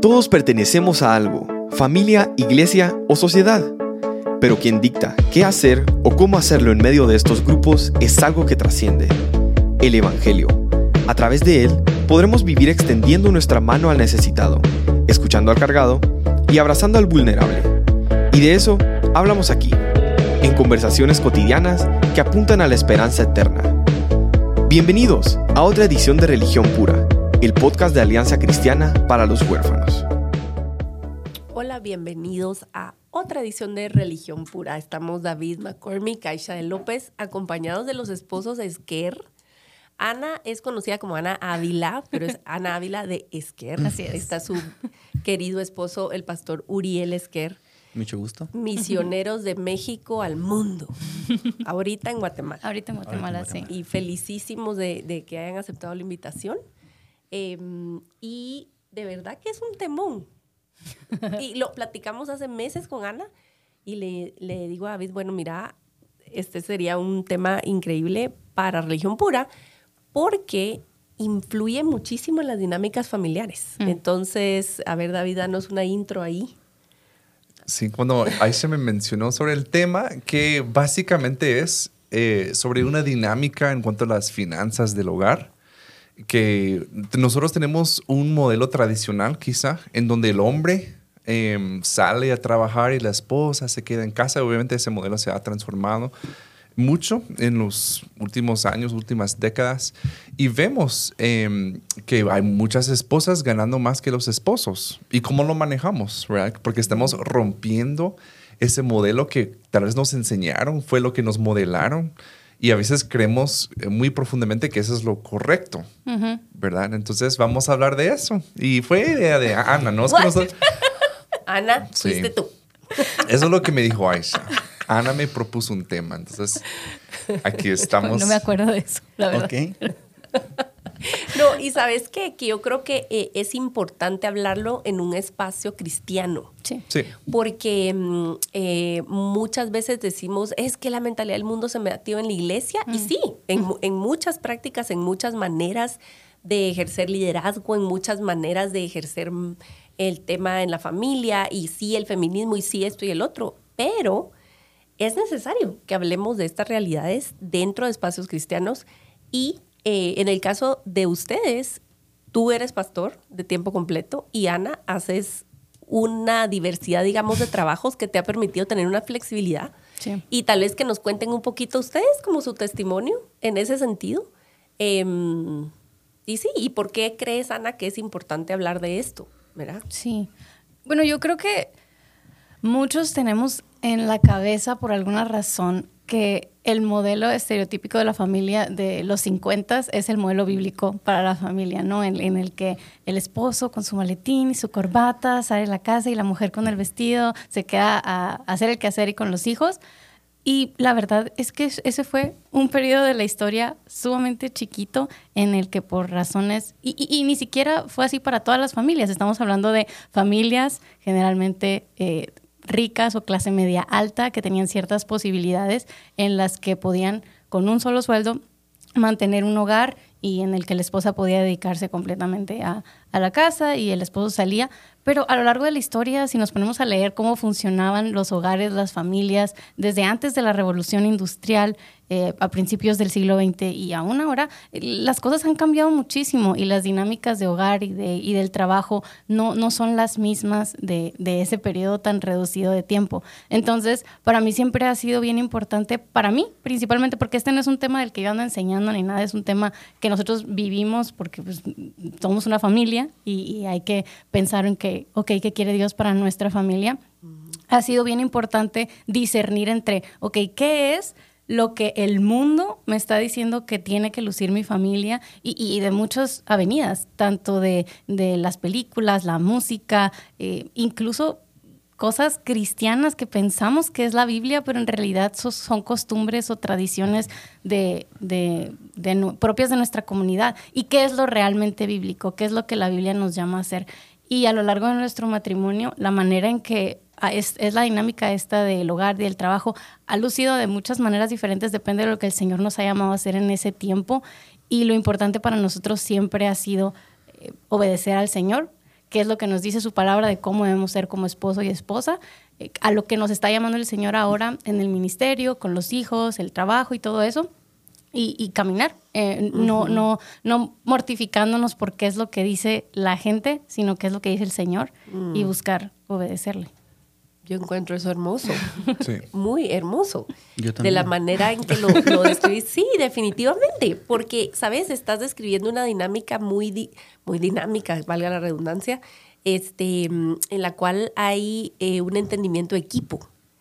Todos pertenecemos a algo, familia, iglesia o sociedad. Pero quien dicta qué hacer o cómo hacerlo en medio de estos grupos es algo que trasciende: el Evangelio. A través de él podremos vivir extendiendo nuestra mano al necesitado, escuchando al cargado y abrazando al vulnerable. Y de eso hablamos aquí, en conversaciones cotidianas que apuntan a la esperanza eterna. Bienvenidos a otra edición de Religión Pura, el podcast de Alianza Cristiana para los Huérfanos. Hola, bienvenidos a otra edición de Religión Pura. Estamos David McCormick, Aisha de López, acompañados de los esposos Esquer. Ana es conocida como Ana Ávila, pero es Ana Ávila de Esquer. Así es. Está su querido esposo, el pastor Uriel Esquer. Mucho gusto. Misioneros de México al mundo. Ahorita en Guatemala. Ahorita en Guatemala, sí. Y felicísimos de que hayan aceptado la invitación. Y de verdad que es un temón. Y lo platicamos hace meses con Ana y le digo a David, bueno, mira, este sería un tema increíble para Religión Pura porque influye muchísimo en las dinámicas familiares. Entonces, a ver, David, danos una intro ahí. Sí, cuando Aisha me mencionó sobre el tema, que básicamente es sobre una dinámica en cuanto a las finanzas del hogar, que nosotros tenemos un modelo tradicional quizá, en donde el hombre sale a trabajar y la esposa se queda en casa. Obviamente ese modelo se ha transformado mucho en los últimos años, últimas décadas, y vemos que hay muchas esposas ganando más que los esposos. ¿Y cómo lo manejamos? ¿Verdad? Porque estamos rompiendo ese modelo que tal vez nos enseñaron, fue lo que nos modelaron, y a veces creemos muy profundamente que eso es lo correcto, ¿verdad? Entonces vamos a hablar de eso. Y fue idea de Ana, ¿no? Es que nosotros... Ana, Sí. fuiste tú. Eso es lo que me dijo Aisha. Ana me propuso un tema, entonces aquí estamos. No me acuerdo de eso, la verdad. Ok. No, y ¿sabes qué? Que yo creo que es importante hablarlo en un espacio cristiano. Sí. Sí. Porque muchas veces decimos, es que la mentalidad del mundo se metió en la iglesia. Y sí, en muchas prácticas, en muchas maneras de ejercer liderazgo, en muchas maneras de ejercer el tema en la familia, y sí el feminismo, y sí esto y el otro. Pero es necesario que hablemos de estas realidades dentro de espacios cristianos. Y en el caso de ustedes, tú eres pastor de tiempo completo y Ana, haces una diversidad, digamos, de trabajos que te ha permitido tener una flexibilidad. Sí. Y tal vez que nos cuenten un poquito ustedes como su testimonio en ese sentido. Y sí, ¿y por qué crees, Ana, que es importante hablar de esto? ¿Verdad? Sí. Bueno, yo creo que muchos tenemos en la cabeza, por alguna razón, que el modelo estereotípico de la familia de los 50 es el modelo bíblico para la familia, ¿no? En el que el esposo con su maletín y su corbata sale de la casa y la mujer con el vestido se queda a hacer el quehacer y con los hijos. Y la verdad es que ese fue un periodo de la historia sumamente chiquito en el que por razones... Y ni siquiera fue así para todas las familias. Estamos hablando de familias generalmente ricas o clase media alta que tenían ciertas posibilidades en las que podían con un solo sueldo mantener un hogar y en el que la esposa podía dedicarse completamente a la casa y el esposo salía. Pero a lo largo de la historia, si nos ponemos a leer cómo funcionaban los hogares, las familias, desde antes de la Revolución Industrial, a principios del siglo XX y aún ahora, las cosas han cambiado muchísimo y las dinámicas de hogar y del trabajo no son las mismas de ese periodo tan reducido de tiempo. Entonces, para mí siempre ha sido bien importante, para mí principalmente, porque este no es un tema del que yo ando enseñando ni nada, es un tema que nosotros vivimos porque pues, somos una familia y hay que pensar en que, ok, ¿qué quiere Dios para nuestra familia? Ha sido bien importante discernir entre, ok, ¿qué es lo que el mundo me está diciendo que tiene que lucir mi familia? Y de muchas avenidas, tanto de las películas, la música, incluso cosas cristianas que pensamos que es la Biblia, pero en realidad son costumbres o tradiciones propias de nuestra comunidad. ¿Y qué es lo realmente bíblico? ¿Qué es lo que la Biblia nos llama a hacer? Y a lo largo de nuestro matrimonio, la manera en que es la dinámica esta del hogar y del trabajo ha lucido de muchas maneras diferentes, depende de lo que el Señor nos ha llamado a hacer en ese tiempo. Y lo importante para nosotros siempre ha sido obedecer al Señor, qué es lo que nos dice su palabra de cómo debemos ser como esposo y esposa, a lo que nos está llamando el Señor ahora en el ministerio, con los hijos, el trabajo y todo eso, y caminar, no mortificándonos por qué es lo que dice la gente, sino qué es lo que dice el Señor y buscar obedecerle. Yo encuentro eso hermoso, Sí. muy hermoso. Yo De también. la manera en que lo describís. Sí, definitivamente, porque, ¿sabes? Estás describiendo una dinámica muy dinámica, valga la redundancia, en la cual hay un entendimiento de equipo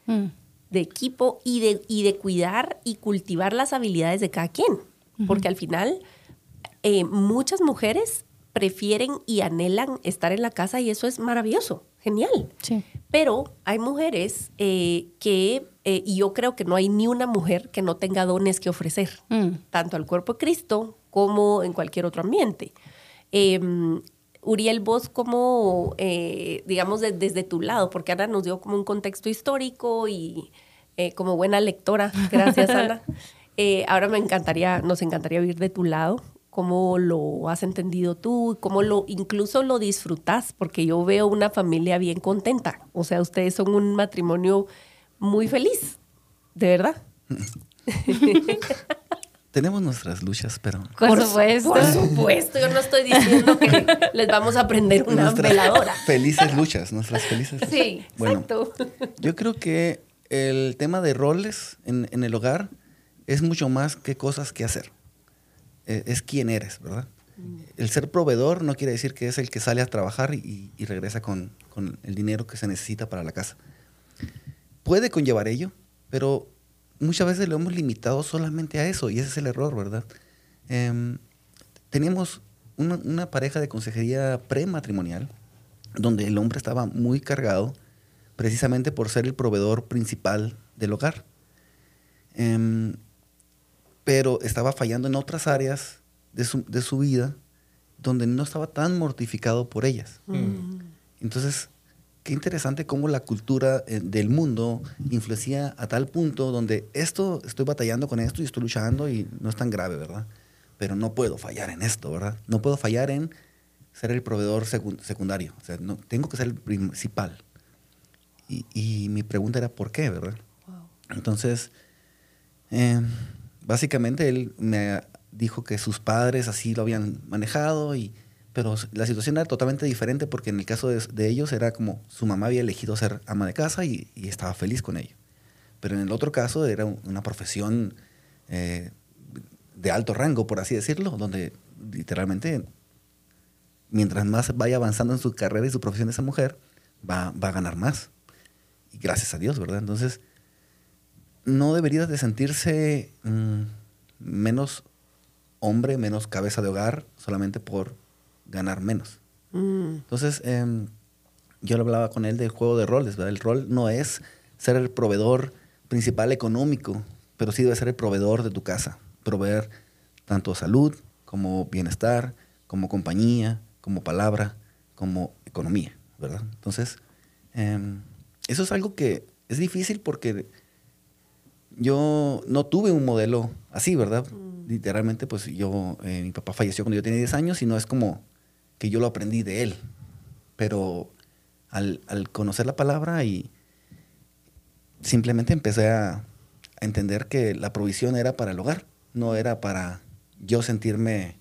y de cuidar y cultivar las habilidades de cada quien. Porque al final, muchas mujeres prefieren y anhelan estar en la casa y eso es maravilloso, genial. Sí. Pero hay mujeres y yo creo que no hay ni una mujer que no tenga dones que ofrecer, tanto al cuerpo de Cristo como en cualquier otro ambiente. Uriel, vos como, digamos, desde tu lado, porque Ana nos dio como un contexto histórico y como buena lectora, gracias Ana, ahora nos encantaría oír de tu lado cómo lo has entendido tú, cómo incluso lo disfrutás, porque yo veo una familia bien contenta. O sea, ustedes son un matrimonio muy feliz, de verdad. Tenemos nuestras luchas, pero... Por supuesto. Por supuesto, yo no estoy diciendo que les vamos a prender una veladora. Felices luchas, nuestras felices luchas. Sí, Bueno, exacto. yo creo que el tema de roles en el hogar es mucho más que cosas que hacer. Es quién eres, ¿verdad? El ser proveedor no quiere decir que es el que sale a trabajar y regresa con el dinero que se necesita para la casa. Puede conllevar ello, pero muchas veces lo hemos limitado solamente a eso y ese es el error, ¿verdad? Teníamos una pareja de consejería prematrimonial donde el hombre estaba muy cargado precisamente por ser el proveedor principal del hogar. Pero estaba fallando en otras áreas de su vida donde no estaba tan mortificado por ellas. Entonces, qué interesante cómo la cultura del mundo influencia a tal punto donde estoy batallando con esto y estoy luchando y no es tan grave, ¿verdad? Pero no puedo fallar en esto, ¿verdad? No puedo fallar en ser el proveedor secundario. O sea, no, tengo que ser el principal. Y mi pregunta era, ¿por qué, verdad? Wow. Entonces, básicamente él me dijo que sus padres así lo habían manejado, pero la situación era totalmente diferente porque en el caso de ellos era como su mamá había elegido ser ama de casa y estaba feliz con ello. Pero en el otro caso era una profesión de alto rango, por así decirlo, donde literalmente mientras más vaya avanzando en su carrera y su profesión esa mujer, va a ganar más. Y gracias a Dios, ¿verdad? Entonces, no deberías de sentirse menos hombre, menos cabeza de hogar, solamente por ganar menos. Entonces, yo le hablaba con él del juego de roles, ¿verdad? El rol no es ser el proveedor principal económico, pero sí debe ser el proveedor de tu casa. Proveer tanto salud, como bienestar, como compañía, como palabra, como economía, ¿verdad? Entonces, eso es algo que es difícil porque yo no tuve un modelo así, ¿verdad? Literalmente, pues mi papá falleció cuando yo tenía 10 años y no es como que yo lo aprendí de él. Pero al conocer la palabra y simplemente empecé a entender que la provisión era para el hogar, no era para yo sentirme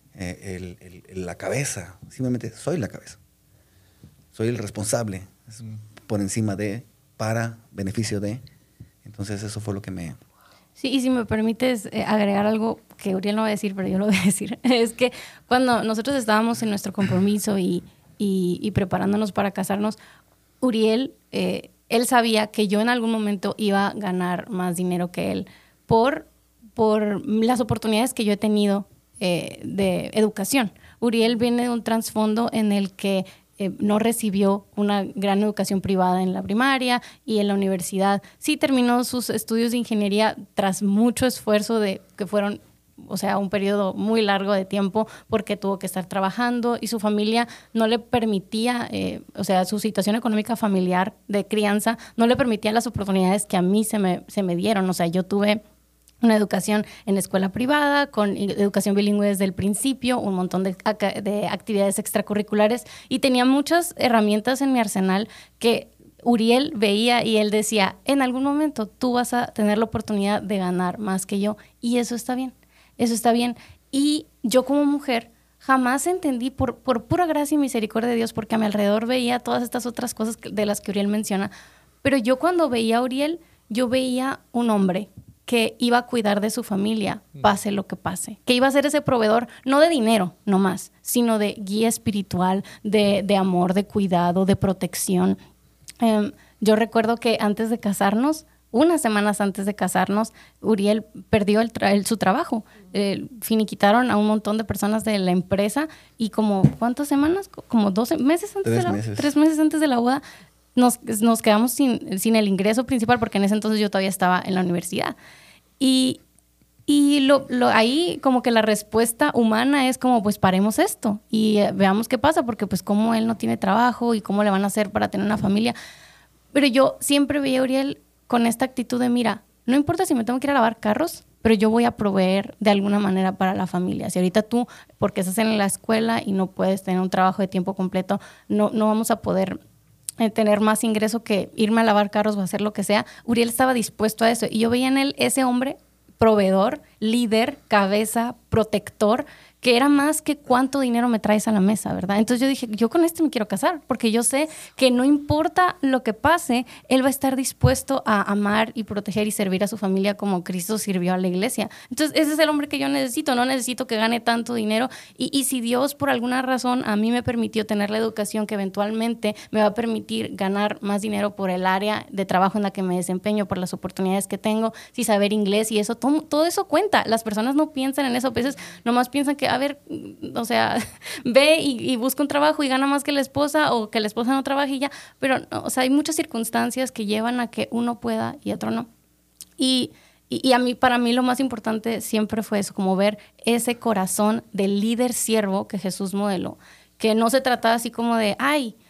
la cabeza. Simplemente soy la cabeza. Soy el responsable por encima de, para beneficio de. Entonces eso fue lo que me... Sí, y si me permites agregar algo que Uriel no va a decir, pero yo lo voy a decir, es que cuando nosotros estábamos en nuestro compromiso y preparándonos para casarnos, Uriel, él sabía que yo en algún momento iba a ganar más dinero que él por las oportunidades que yo he tenido de educación. Uriel viene de un trasfondo en el que no recibió una gran educación privada en la primaria y en la universidad. Sí terminó sus estudios de ingeniería tras mucho esfuerzo que fueron, o sea, un periodo muy largo de tiempo porque tuvo que estar trabajando y su familia no le permitía, o sea, su situación económica familiar de crianza no le permitía las oportunidades que a mí se me dieron. O sea, yo tuve una educación en escuela privada, con educación bilingüe desde el principio, un montón de actividades extracurriculares y tenía muchas herramientas en mi arsenal que Uriel veía y él decía, en algún momento tú vas a tener la oportunidad de ganar más que yo y eso está bien, eso está bien. Y yo como mujer jamás entendí por pura gracia y misericordia de Dios, porque a mi alrededor veía todas estas otras cosas de las que Uriel menciona, pero yo cuando veía a Uriel, yo veía un hombre que iba a cuidar de su familia, pase lo que pase. Que iba a ser ese proveedor, no de dinero nomás, sino de guía espiritual, de amor, de cuidado, de protección. Yo recuerdo que antes de casarnos, unas semanas antes de casarnos, Uriel perdió su trabajo. Finiquitaron a un montón de personas de la empresa y como, ¿cuántas semanas? Como 12 meses antes de la boda. 3 meses antes de la boda. Nos quedamos sin el ingreso principal porque en ese entonces yo todavía estaba en la universidad. Y ahí como que la respuesta humana es como, pues paremos esto y veamos qué pasa, porque pues como él no tiene trabajo y cómo le van a hacer para tener una familia. Pero yo siempre veía a Uriel con esta actitud de, mira, no importa si me tengo que ir a lavar carros, pero yo voy a proveer de alguna manera para la familia. Si ahorita tú, porque estás en la escuela y no puedes tener un trabajo de tiempo completo, no vamos a poder tener más ingreso que irme a lavar carros o hacer lo que sea. Uriel estaba dispuesto a eso y yo veía en él ese hombre proveedor, líder, cabeza, protector, que era más que cuánto dinero me traes a la mesa, ¿verdad? Entonces yo dije, yo con este me quiero casar, porque yo sé que no importa lo que pase, él va a estar dispuesto a amar y proteger y servir a su familia como Cristo sirvió a la iglesia. Entonces ese es el hombre que yo necesito, no necesito que gane tanto dinero y si Dios por alguna razón a mí me permitió tener la educación que eventualmente me va a permitir ganar más dinero por el área de trabajo en la que me desempeño, por las oportunidades que tengo, si saber inglés y eso, todo eso cuenta. Las personas no piensan en eso, a veces nomás piensan que, a ver, o sea, ve y busca un trabajo y gana más que la esposa o que la esposa no trabaje y ya, pero, o sea, hay muchas circunstancias que llevan a que uno pueda y otro no. Y para mí lo más importante siempre fue eso, como ver ese corazón del líder siervo que Jesús modeló, que no se trataba así como de,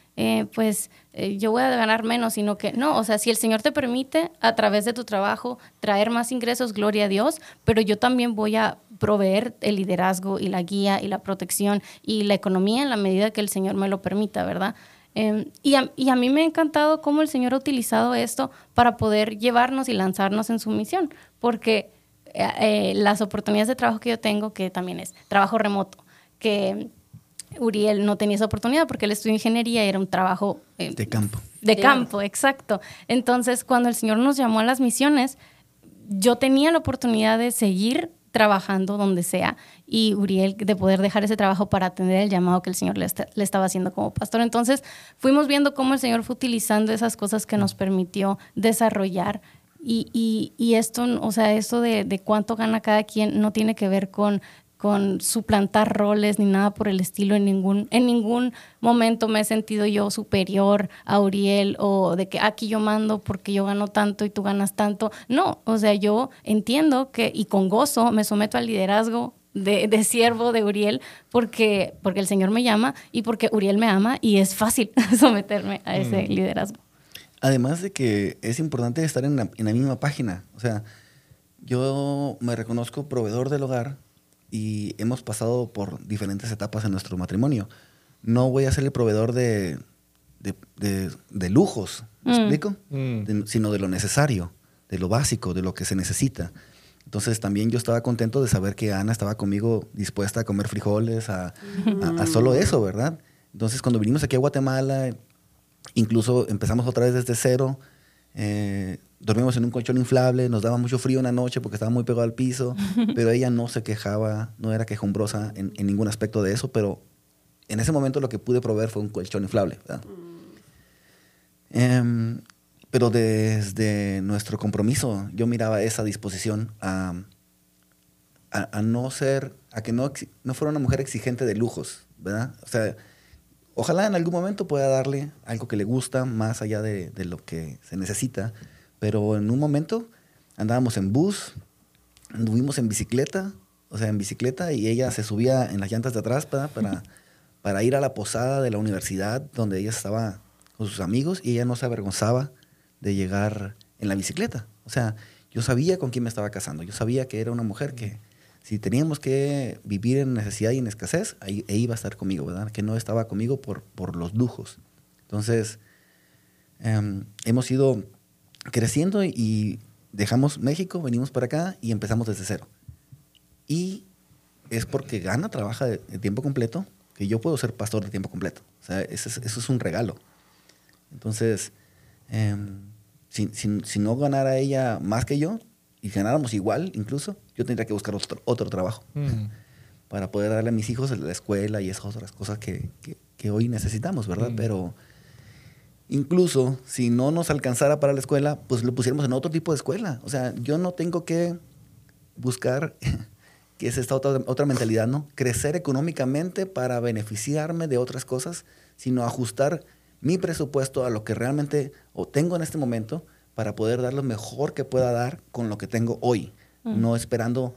yo voy a ganar menos, sino que no, o sea, si el Señor te permite a través de tu trabajo traer más ingresos, gloria a Dios, pero yo también voy a proveer el liderazgo y la guía y la protección y la economía en la medida que el Señor me lo permita, ¿verdad? Y a mí me ha encantado cómo el Señor ha utilizado esto para poder llevarnos y lanzarnos en su misión, porque las oportunidades de trabajo que yo tengo, que también es trabajo remoto, que Uriel no tenía esa oportunidad porque él estudió ingeniería y era un trabajo de campo. De campo, exacto. Entonces, cuando el Señor nos llamó a las misiones, yo tenía la oportunidad de seguir trabajando donde sea y Uriel de poder dejar ese trabajo para atender el llamado que el Señor le estaba haciendo como pastor. Entonces, fuimos viendo cómo el Señor fue utilizando esas cosas que nos permitió desarrollar y esto, o sea, esto de cuánto gana cada quien no tiene que ver con suplantar roles ni nada por el estilo. En ningún momento me he sentido yo superior a Uriel o de que aquí yo mando porque yo gano tanto y tú ganas tanto. No, o sea, yo entiendo que y con gozo me someto al liderazgo de siervo de Uriel porque el Señor me llama y porque Uriel me ama y es fácil someterme a ese liderazgo. Además de que es importante estar en la misma página. O sea, yo me reconozco proveedor del hogar y hemos pasado por diferentes etapas en nuestro matrimonio. No voy a ser el proveedor de lujos, ¿me explico? Sino de lo necesario, de lo básico, de lo que se necesita. Entonces también yo estaba contento de saber que Ana estaba conmigo dispuesta a comer frijoles, a solo eso, ¿verdad? Entonces cuando vinimos aquí a Guatemala, incluso empezamos otra vez desde cero. Dormimos en un colchón inflable, nos daba mucho frío una noche porque estaba muy pegado al piso, pero ella no se quejaba, no era quejumbrosa en ningún aspecto de eso, pero en ese momento lo que pude proveer fue un colchón inflable, ¿verdad? Pero desde nuestro compromiso yo miraba esa disposición a que no fuera una mujer exigente de lujos, ¿verdad? O sea, ojalá en algún momento pueda darle algo que le gusta más allá de lo que se necesita, pero en un momento andábamos en bus, anduvimos en bicicleta, y ella se subía en las llantas de atrás para ir a la posada de la universidad donde ella estaba con sus amigos y ella no se avergonzaba de llegar en la bicicleta. O sea, yo sabía con quién me estaba casando. Yo sabía que era una mujer que, si teníamos que vivir en necesidad y en escasez, iba a estar conmigo, ¿verdad? Que no estaba conmigo por los lujos. Entonces, hemos ido creciendo y dejamos México, venimos para acá y empezamos desde cero. Y es porque Gana trabaja de tiempo completo que yo puedo ser pastor de tiempo completo. O sea, eso es un regalo. Entonces, si no ganara ella más que yo, y ganáramos igual incluso, yo tendría que buscar otro trabajo para poder darle a mis hijos la escuela y esas otras cosas que hoy necesitamos, ¿verdad? Pero incluso si no nos alcanzara para la escuela, pues lo pusiéramos en otro tipo de escuela. O sea, yo no tengo que buscar, que es esta otra mentalidad, ¿no? Crecer económicamente para beneficiarme de otras cosas, sino ajustar mi presupuesto a lo que realmente tengo en este momento para poder dar lo mejor que pueda dar con lo que tengo hoy. No esperando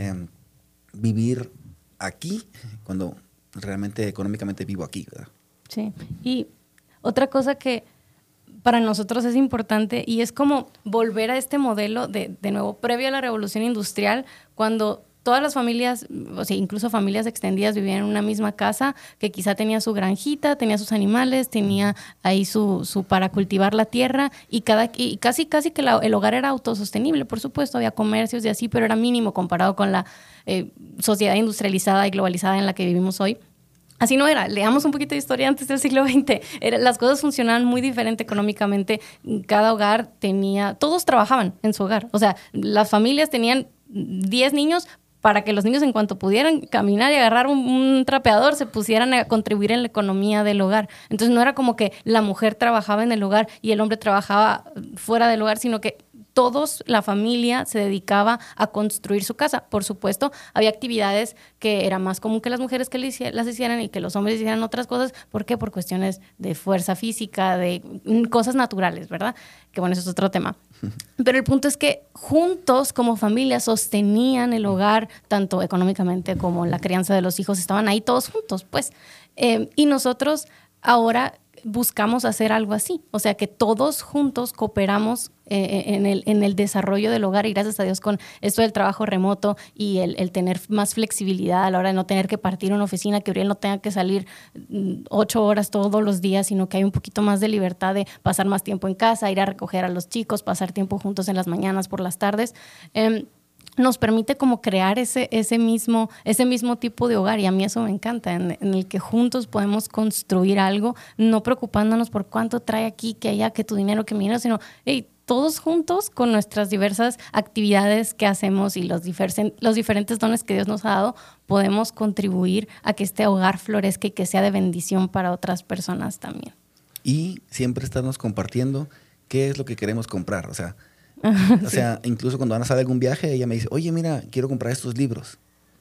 vivir aquí cuando realmente económicamente vivo aquí, ¿verdad? Sí. Y otra cosa que para nosotros es importante y es como volver a este modelo de nuevo, previo a la revolución industrial, cuando todas las familias, o sea, incluso familias extendidas vivían en una misma casa, que quizá tenía su granjita, tenía sus animales, tenía ahí su para cultivar la tierra y casi que el hogar era autosostenible, por supuesto, había comercios y así, pero era mínimo comparado con la sociedad industrializada y globalizada en la que vivimos hoy. Así no era. Leamos un poquito de historia antes del siglo XX. Las cosas funcionaban muy diferente económicamente. Cada hogar todos trabajaban en su hogar. O sea, las familias tenían 10 niños para que los niños, en cuanto pudieran caminar y agarrar un trapeador, se pusieran a contribuir en la economía del hogar. Entonces no era como que la mujer trabajaba en el hogar y el hombre trabajaba fuera del hogar, sino que todos, la familia, se dedicaba a construir su casa. Por supuesto, había actividades que era más común que las mujeres que las hicieran y que los hombres hicieran otras cosas. ¿Por qué? Por cuestiones de fuerza física, de cosas naturales, ¿verdad? Que bueno, eso es otro tema. Pero el punto es que juntos, como familia, sostenían el hogar, tanto económicamente como la crianza de los hijos. Estaban ahí todos juntos, pues. Y nosotros ahora buscamos hacer algo así, o sea, que todos juntos cooperamos en el desarrollo del hogar, y gracias a Dios con esto del trabajo remoto y el tener más flexibilidad a la hora de no tener que partir una oficina, que Uriel no tenga que salir 8 horas todos los días, sino que hay un poquito más de libertad de pasar más tiempo en casa, ir a recoger a los chicos, pasar tiempo juntos en las mañanas, por las tardes. Nos permite como crear ese mismo tipo de hogar, y a mí eso me encanta, en el que juntos podemos construir algo, no preocupándonos por cuánto trae aquí, que allá, que tu dinero, que mi dinero, sino hey, todos juntos con nuestras diversas actividades que hacemos y los diferentes dones que Dios nos ha dado, podemos contribuir a que este hogar florezca y que sea de bendición para otras personas también. Y siempre estarnos compartiendo qué es lo que queremos comprar, o sea, incluso cuando Ana sale a algún viaje, ella me dice, oye, mira, quiero comprar estos libros.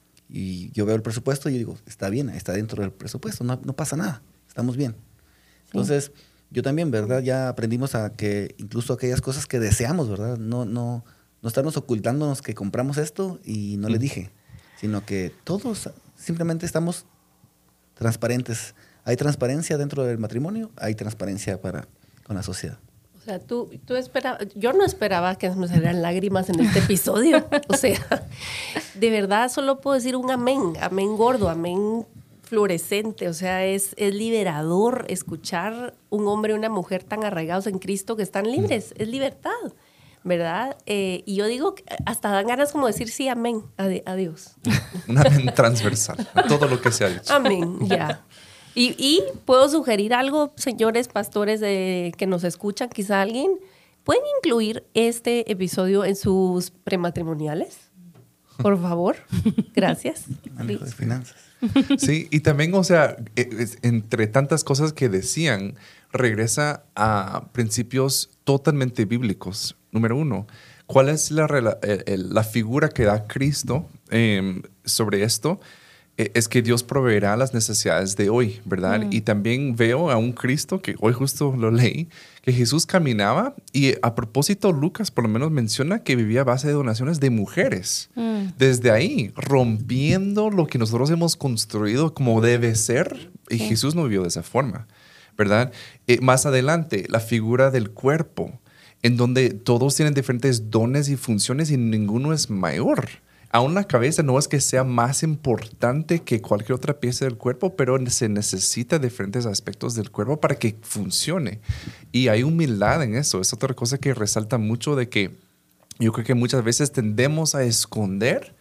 Y yo veo el presupuesto y yo digo, está bien, está dentro del presupuesto, no pasa nada, estamos bien. Sí. Entonces, yo también, ¿verdad? Ya aprendimos a que incluso aquellas cosas que deseamos, ¿verdad? No estarnos ocultándonos que compramos esto y no le dije, sino que todos simplemente estamos transparentes. Hay transparencia dentro del matrimonio, hay transparencia con la sociedad. O sea, tú esperabas, yo no esperaba que me salieran lágrimas en este episodio. O sea, de verdad solo puedo decir un amén gordo, amén fluorescente. O sea, es liberador escuchar un hombre y una mujer tan arraigados en Cristo que están libres. Es libertad, ¿verdad? Y yo digo, hasta dan ganas como decir sí, amén, a Dios. Un amén transversal, a todo lo que se ha dicho. Amén, ya. Y puedo sugerir algo, señores pastores que nos escuchan, quizá alguien, ¿pueden incluir este episodio en sus prematrimoniales? Por favor. Gracias. Manejo de finanzas. Sí, y también, o sea, entre tantas cosas que decían, regresa a principios totalmente bíblicos. Número 1, ¿cuál es la figura que da Cristo sobre esto? Es que Dios proveerá las necesidades de hoy, ¿verdad? Y también veo a un Cristo que hoy justo lo leí, que Jesús caminaba y a propósito Lucas por lo menos menciona que vivía a base de donaciones de mujeres. Desde ahí, rompiendo lo que nosotros hemos construido como debe ser, y Jesús no vivió de esa forma, ¿verdad? Más adelante, la figura del cuerpo. en donde todos tienen diferentes dones y funciones y ninguno es mayor. Aún la cabeza no es que sea más importante que cualquier otra pieza del cuerpo, pero se necesita diferentes aspectos del cuerpo para que funcione. Y hay humildad en eso. Es otra cosa que resalta mucho, de que yo creo que muchas veces tendemos a esconder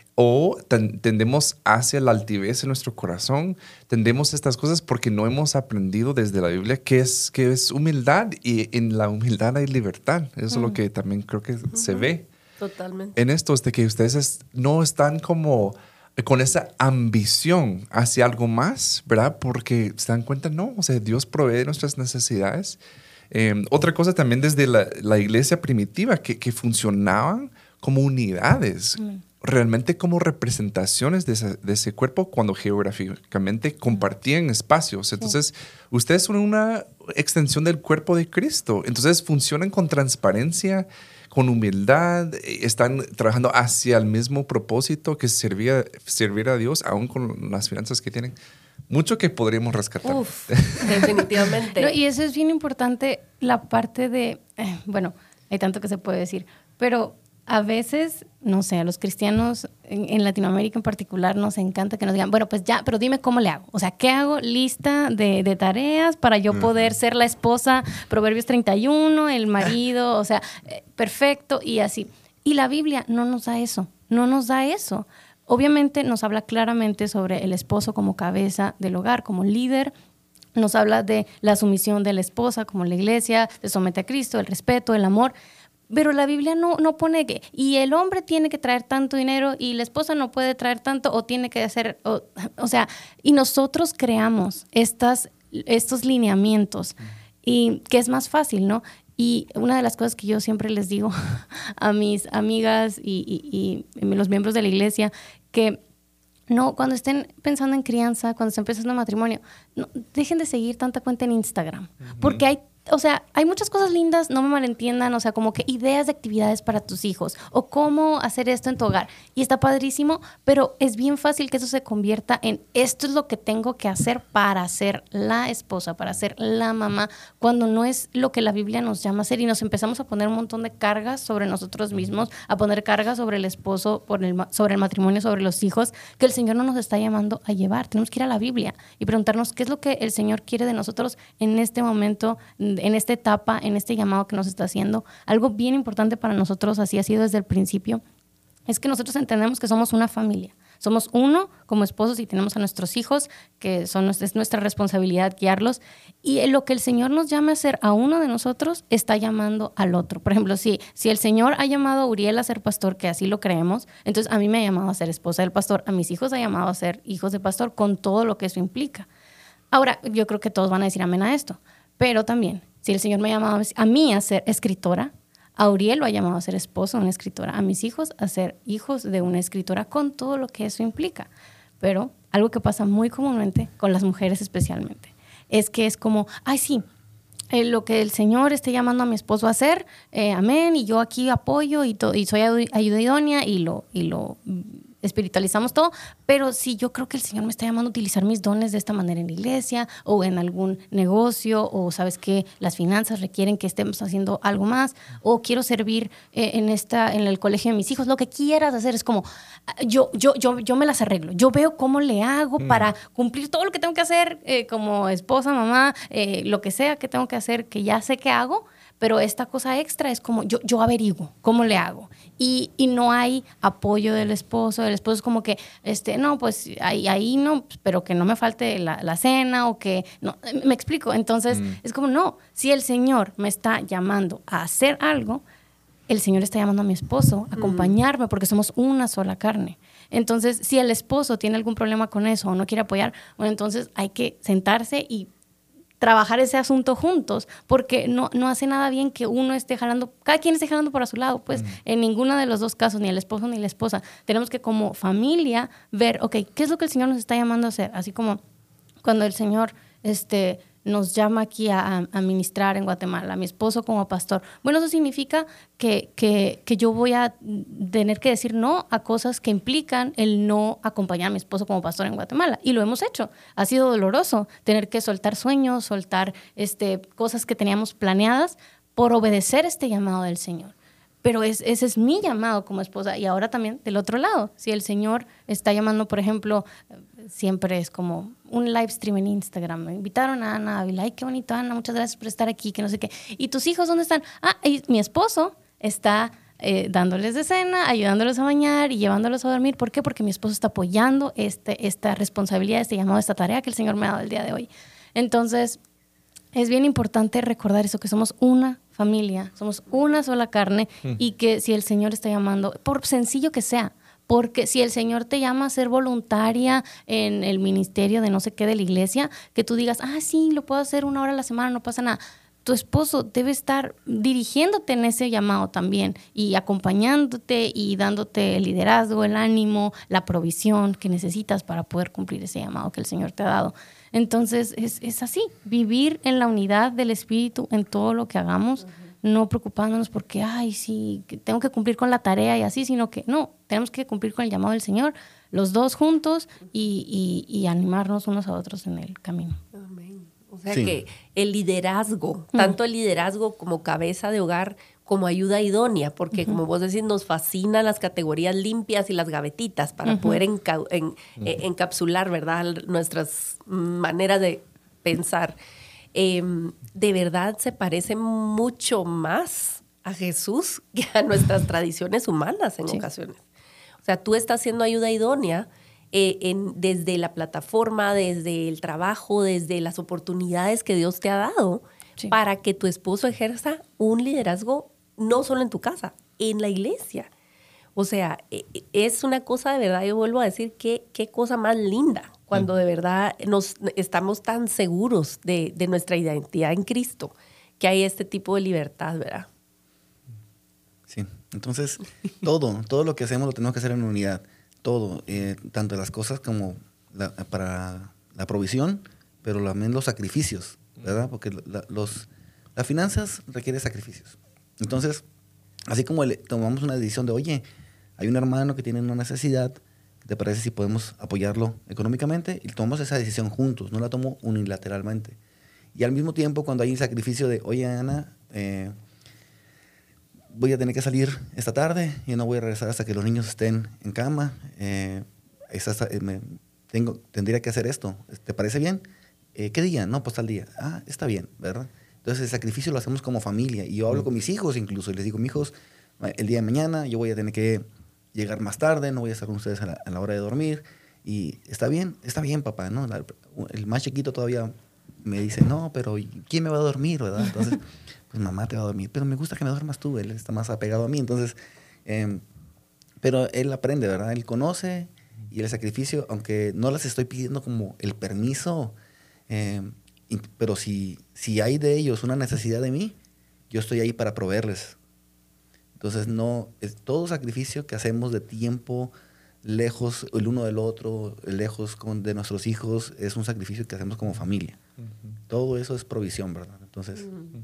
o tendemos hacia la altivez en nuestro corazón. Tendemos estas cosas porque no hemos aprendido desde la Biblia qué es humildad, y en la humildad hay libertad. Eso es lo que también creo que se ve. Totalmente. En esto es de que ustedes no están como con esa ambición hacia algo más, ¿verdad? Porque se dan cuenta, no, o sea, Dios provee nuestras necesidades. Otra cosa también desde la iglesia primitiva, que funcionaban como unidades, realmente como representaciones de ese cuerpo cuando geográficamente compartían espacios. Entonces, ustedes son una extensión del cuerpo de Cristo. Entonces, funcionan con transparencia, con humildad, están trabajando hacia el mismo propósito, que es servir a Dios, aún con las finanzas que tienen. Mucho que podríamos rescatar. Uf, definitivamente. No, y eso es bien importante, la parte de, bueno, hay tanto que se puede decir, pero a veces, no sé, a los cristianos en Latinoamérica en particular nos encanta que nos digan, bueno, pues ya, pero dime cómo le hago. O sea, ¿qué hago? Lista de tareas para yo poder ser la esposa, Proverbios 31, el marido, o sea, perfecto y así. Y la Biblia no nos da eso, no nos da eso. Obviamente nos habla claramente sobre el esposo como cabeza del hogar, como líder. Nos habla de la sumisión de la esposa como la iglesia, se somete a Cristo, el respeto, el amor. Pero la Biblia no pone que, y el hombre tiene que traer tanto dinero y la esposa no puede traer tanto o tiene que hacer, o sea, y nosotros creamos estos lineamientos y que es más fácil, ¿no? Y una de las cosas que yo siempre les digo a mis amigas y los miembros de la iglesia, que no, cuando estén pensando en crianza, cuando estén pensando en matrimonio, no, dejen de seguir tanta cuenta en Instagram, porque hay muchas cosas lindas, no me malentiendan, o sea, como que ideas de actividades para tus hijos o cómo hacer esto en tu hogar. Y está padrísimo, pero es bien fácil que eso se convierta en esto es lo que tengo que hacer para ser la esposa, para ser la mamá, cuando no es lo que la Biblia nos llama a hacer, y nos empezamos a poner un montón de cargas sobre nosotros mismos, a poner cargas sobre el esposo, sobre el matrimonio, sobre los hijos, que el Señor no nos está llamando a llevar. Tenemos que ir a la Biblia y preguntarnos qué es lo que el Señor quiere de nosotros en este momento, en esta etapa, en este llamado que nos está haciendo. Algo bien importante para nosotros, así ha sido desde el principio, es que nosotros entendemos que somos una familia. Somos uno como esposos y tenemos a nuestros hijos, que es nuestra responsabilidad guiarlos. Y lo que el Señor nos llama a hacer a uno de nosotros, está llamando al otro. Por ejemplo, si el Señor ha llamado a Uriel a ser pastor, que así lo creemos, entonces a mí me ha llamado a ser esposa del pastor, a mis hijos ha llamado a ser hijos de pastor, con todo lo que eso implica. Ahora, yo creo que todos van a decir amén a esto, pero también, si el Señor me ha llamado a mí a ser escritora, a Uriel lo ha llamado a ser esposo de una escritora, a mis hijos a ser hijos de una escritora, con todo lo que eso implica. Pero algo que pasa muy comúnmente con las mujeres especialmente, es que es como, ay sí, lo que el Señor esté llamando a mi esposo a hacer, amén, y yo aquí apoyo y soy ayuda idónea y lo espiritualizamos todo, pero si yo creo que el Señor me está llamando a utilizar mis dones de esta manera en la iglesia o en algún negocio, o sabes que las finanzas requieren que estemos haciendo algo más, o quiero servir en el colegio de mis hijos, lo que quieras hacer, es como yo me las arreglo, yo veo cómo le hago para cumplir todo lo que tengo que hacer como esposa, mamá, lo que sea que tengo que hacer, que ya sé que hago. Pero esta cosa extra es como yo averiguo cómo le hago. Y no hay apoyo del esposo. El esposo es como que, no, pues ahí no, pero que no me falte la cena o que no. ¿Me explico? Entonces es como, no, si el Señor me está llamando a hacer algo, el Señor está llamando a mi esposo a acompañarme, porque somos una sola carne. Entonces, si el esposo tiene algún problema con eso o no quiere apoyar, bueno, entonces hay que sentarse y trabajar ese asunto juntos, porque no hace nada bien que uno esté jalando, cada quien esté jalando para su lado, pues en ninguno de los dos casos, ni el esposo ni la esposa. Tenemos que como familia ver, ok, ¿qué es lo que el Señor nos está llamando a hacer? Así como cuando el Señor nos llama aquí a ministrar en Guatemala, a mi esposo como pastor. Bueno, eso significa que yo voy a tener que decir no a cosas que implican el no acompañar a mi esposo como pastor en Guatemala. Y lo hemos hecho. Ha sido doloroso tener que soltar sueños, soltar cosas que teníamos planeadas por obedecer este llamado del Señor. Pero ese es mi llamado como esposa. Y ahora también del otro lado, si el Señor está llamando, por ejemplo, siempre es como un live stream en Instagram. Me invitaron a Ana Ávila. Ay, qué bonito, Ana, muchas gracias por estar aquí, que no sé qué. ¿Y tus hijos dónde están? Y mi esposo está dándoles de cena, ayudándolos a bañar y llevándolos a dormir. ¿Por qué? Porque mi esposo está apoyando esta responsabilidad, este llamado, esta tarea que el Señor me ha dado el día de hoy. Entonces, es bien importante recordar eso, que somos una familia, somos una sola carne y que si el Señor está llamando, por sencillo que sea, porque si el Señor te llama a ser voluntaria en el ministerio de no sé qué de la iglesia, que tú digas, sí, lo puedo hacer 1 hora a la semana, no pasa nada. Tu esposo debe estar dirigiéndote en ese llamado también y acompañándote y dándote el liderazgo, el ánimo, la provisión que necesitas para poder cumplir ese llamado que el Señor te ha dado. Entonces, es así, vivir en la unidad del Espíritu en todo lo que hagamos, no preocupándonos porque, sí, tengo que cumplir con la tarea y así, sino que no, tenemos que cumplir con el llamado del Señor, los dos juntos y animarnos unos a otros en el camino. Amén. O sea que el liderazgo, tanto el liderazgo como cabeza de hogar, como ayuda idónea, porque como vos decís, nos fascinan las categorías limpias y las gavetitas para poder encapsular, ¿verdad?, nuestras maneras de pensar. De verdad se parece mucho más a Jesús que a nuestras tradiciones humanas en ocasiones. O sea, tú estás haciendo ayuda idónea desde la plataforma, desde el trabajo, desde las oportunidades que Dios te ha dado para que tu esposo ejerza un liderazgo no solo en tu casa, en la iglesia. O sea, es una cosa de verdad, yo vuelvo a decir, qué cosa más linda cuando de verdad estamos tan seguros de nuestra identidad en Cristo, que hay este tipo de libertad, ¿verdad? Sí, entonces todo lo que hacemos lo tenemos que hacer en unidad. Todo, tanto las cosas como para la provisión, pero también los sacrificios, ¿verdad? Porque las finanzas requieren sacrificios. Entonces, así como tomamos una decisión de, oye, hay un hermano que tiene una necesidad, ¿te parece si podemos apoyarlo económicamente? Y tomamos esa decisión juntos, no la tomo unilateralmente. Y al mismo tiempo, cuando hay un sacrificio de, oye, Ana, voy a tener que salir esta tarde, yo no voy a regresar hasta que los niños estén en cama, tendría que hacer esto, ¿te parece bien? ¿Qué día? No, pues tal día. Está bien, ¿verdad? Entonces el sacrificio lo hacemos como familia y yo hablo con mis hijos incluso y les digo, mijos, el día de mañana yo voy a tener que llegar más tarde, no voy a estar con ustedes a la hora de dormir y está bien, papá, ¿no? El más chiquito todavía me dice, no, pero ¿quién me va a dormir, verdad? Entonces, pues mamá te va a dormir, pero me gusta que me duermas tú, él está más apegado a mí, entonces, pero él aprende, ¿verdad? Él conoce y el sacrificio, aunque no les estoy pidiendo como el permiso, pero si hay de ellos una necesidad de mí, yo estoy ahí para proveerles. Entonces, todo sacrificio que hacemos de tiempo, lejos el uno del otro, lejos de nuestros hijos, es un sacrificio que hacemos como familia. Todo eso es provisión, ¿verdad? Entonces...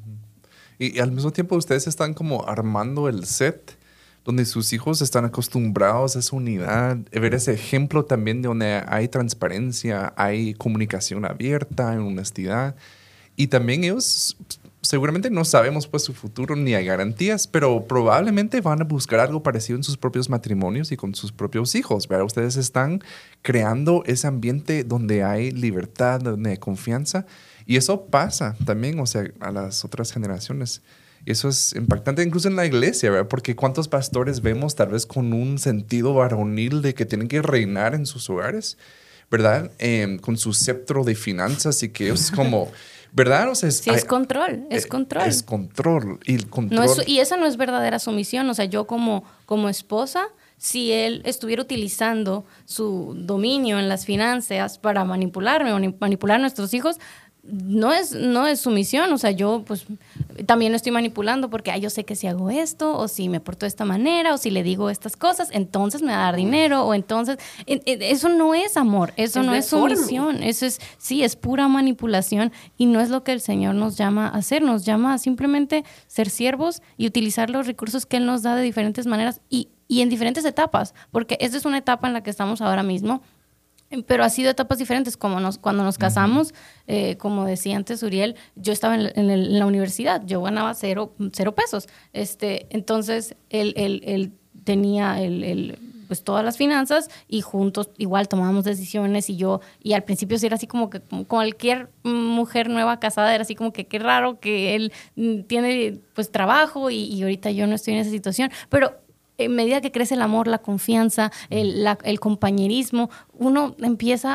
Y al mismo tiempo ustedes están como armando el set donde sus hijos están acostumbrados a esa unidad, ver ese ejemplo también de donde hay transparencia, hay comunicación abierta, hay honestidad. Y también ellos seguramente no sabemos pues su futuro ni hay garantías, pero probablemente van a buscar algo parecido en sus propios matrimonios y con sus propios hijos, ¿verdad? Ustedes están creando ese ambiente donde hay libertad, donde hay confianza. Y eso pasa también, o sea, a las otras generaciones. Y eso es impactante incluso en la iglesia, ¿verdad? Porque ¿cuántos pastores vemos tal vez con un sentido varonil de que tienen que reinar en sus hogares, ¿verdad? Con su cetro de finanzas y que es como... ¿Verdad? O sea, es control, es control. Es control. Y el control... y esa no es verdadera sumisión. O sea, yo como esposa, si él estuviera utilizando su dominio en las finanzas para manipularme o manipular a nuestros hijos, no es sumisión. O sea, yo pues también lo estoy manipulando porque yo sé que si hago esto o si me porto de esta manera o si le digo estas cosas, entonces me va a dar dinero o entonces... Eso no es amor, eso no es sumisión. Eso es pura manipulación y no es lo que el Señor nos llama a hacer. Nos llama a simplemente ser siervos y utilizar los recursos que Él nos da de diferentes maneras y en diferentes etapas, porque esta es una etapa en la que estamos ahora mismo Pero ha sido etapas diferentes, cuando nos casamos, como decía antes Uriel, yo estaba en la universidad, yo ganaba cero pesos. Entonces, él tenía pues todas las finanzas y juntos igual tomábamos decisiones y al principio sí era así como que como cualquier mujer nueva casada, era así como que qué raro que él tiene pues trabajo y ahorita yo no estoy en esa situación, pero en medida que crece el amor, la confianza, el compañerismo, uno empieza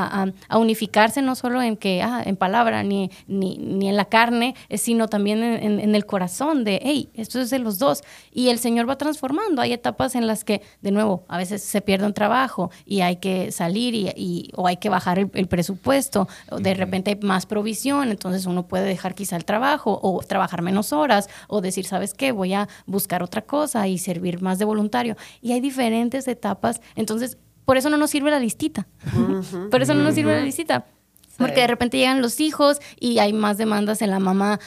a unificarse no solo en palabra ni en la carne, sino también en el corazón de, hey, esto es de los dos. Y el Señor va transformando. Hay etapas en las que, de nuevo, a veces se pierde un trabajo y hay que salir o hay que bajar el presupuesto. O de repente hay más provisión, entonces uno puede dejar quizá el trabajo o trabajar menos horas o decir, ¿sabes qué? Voy a buscar otra cosa y servir más de voluntario. Y hay diferentes etapas. Entonces, por eso no nos sirve la listita. Por eso no nos sirve la listita. Porque de repente llegan los hijos y hay más demandas en la mamá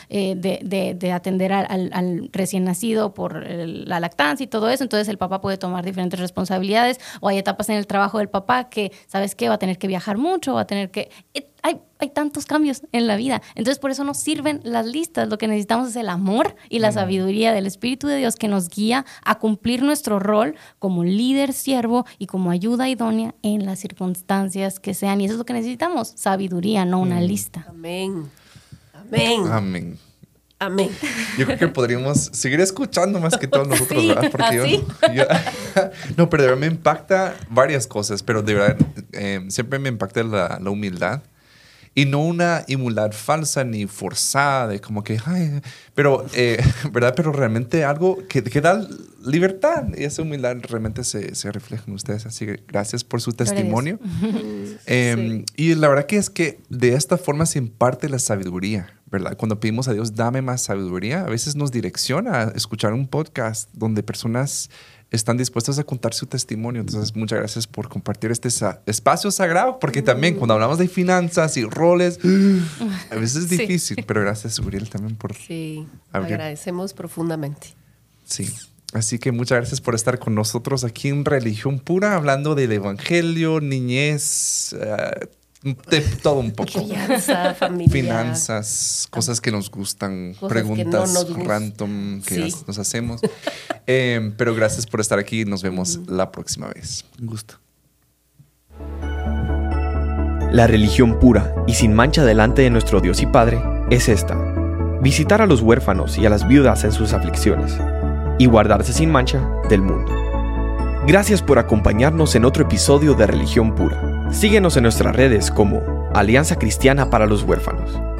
de atender al recién nacido por la lactancia y todo eso. Entonces el papá puede tomar diferentes responsabilidades. O hay etapas en el trabajo del papá que, ¿sabes qué? Va a tener que viajar mucho, va a tener que... Hay tantos cambios en la vida. Entonces, por eso nos sirven las listas. Lo que necesitamos es el amor y la sabiduría del Espíritu de Dios que nos guía a cumplir nuestro rol como líder, siervo y como ayuda idónea en las circunstancias que sean. Y eso es lo que necesitamos, sabiduría, no una lista. Amén. Amén. Amén. Amén. Yo creo que podríamos seguir escuchando más que todos nosotros, ¿verdad? Porque no, pero de verdad me impacta varias cosas, pero de verdad siempre me impacta la humildad. Y no una humildad falsa ni forzada, de como que, ay, pero, ¿verdad? Pero realmente algo que da libertad. Y esa humildad realmente se refleja en ustedes. Así que gracias por su testimonio. Sí. Y la verdad que es que de esta forma se imparte la sabiduría, ¿verdad? Cuando pedimos a Dios, dame más sabiduría, a veces nos direcciona a escuchar un podcast donde personas están dispuestas a contar su testimonio. Entonces, muchas gracias por compartir este espacio sagrado, porque también cuando hablamos de finanzas y roles, a veces es difícil, pero gracias, Uriel, también por agradecemos profundamente. Sí. Así que muchas gracias por estar con nosotros aquí en Religión Pura, hablando del evangelio, niñez, de todo un poco. Crianza, familia. Finanzas, cosas que nos gustan, cosas preguntas que no nos random que nos hacemos. Pero gracias por estar aquí y nos vemos la próxima vez. Un gusto. La religión pura y sin mancha delante de nuestro Dios y Padre es esta: visitar a los huérfanos y a las viudas en sus aflicciones y guardarse sin mancha del mundo. Gracias por acompañarnos en otro episodio de Religión Pura. Síguenos en nuestras redes como Alianza Cristiana para los Huérfanos.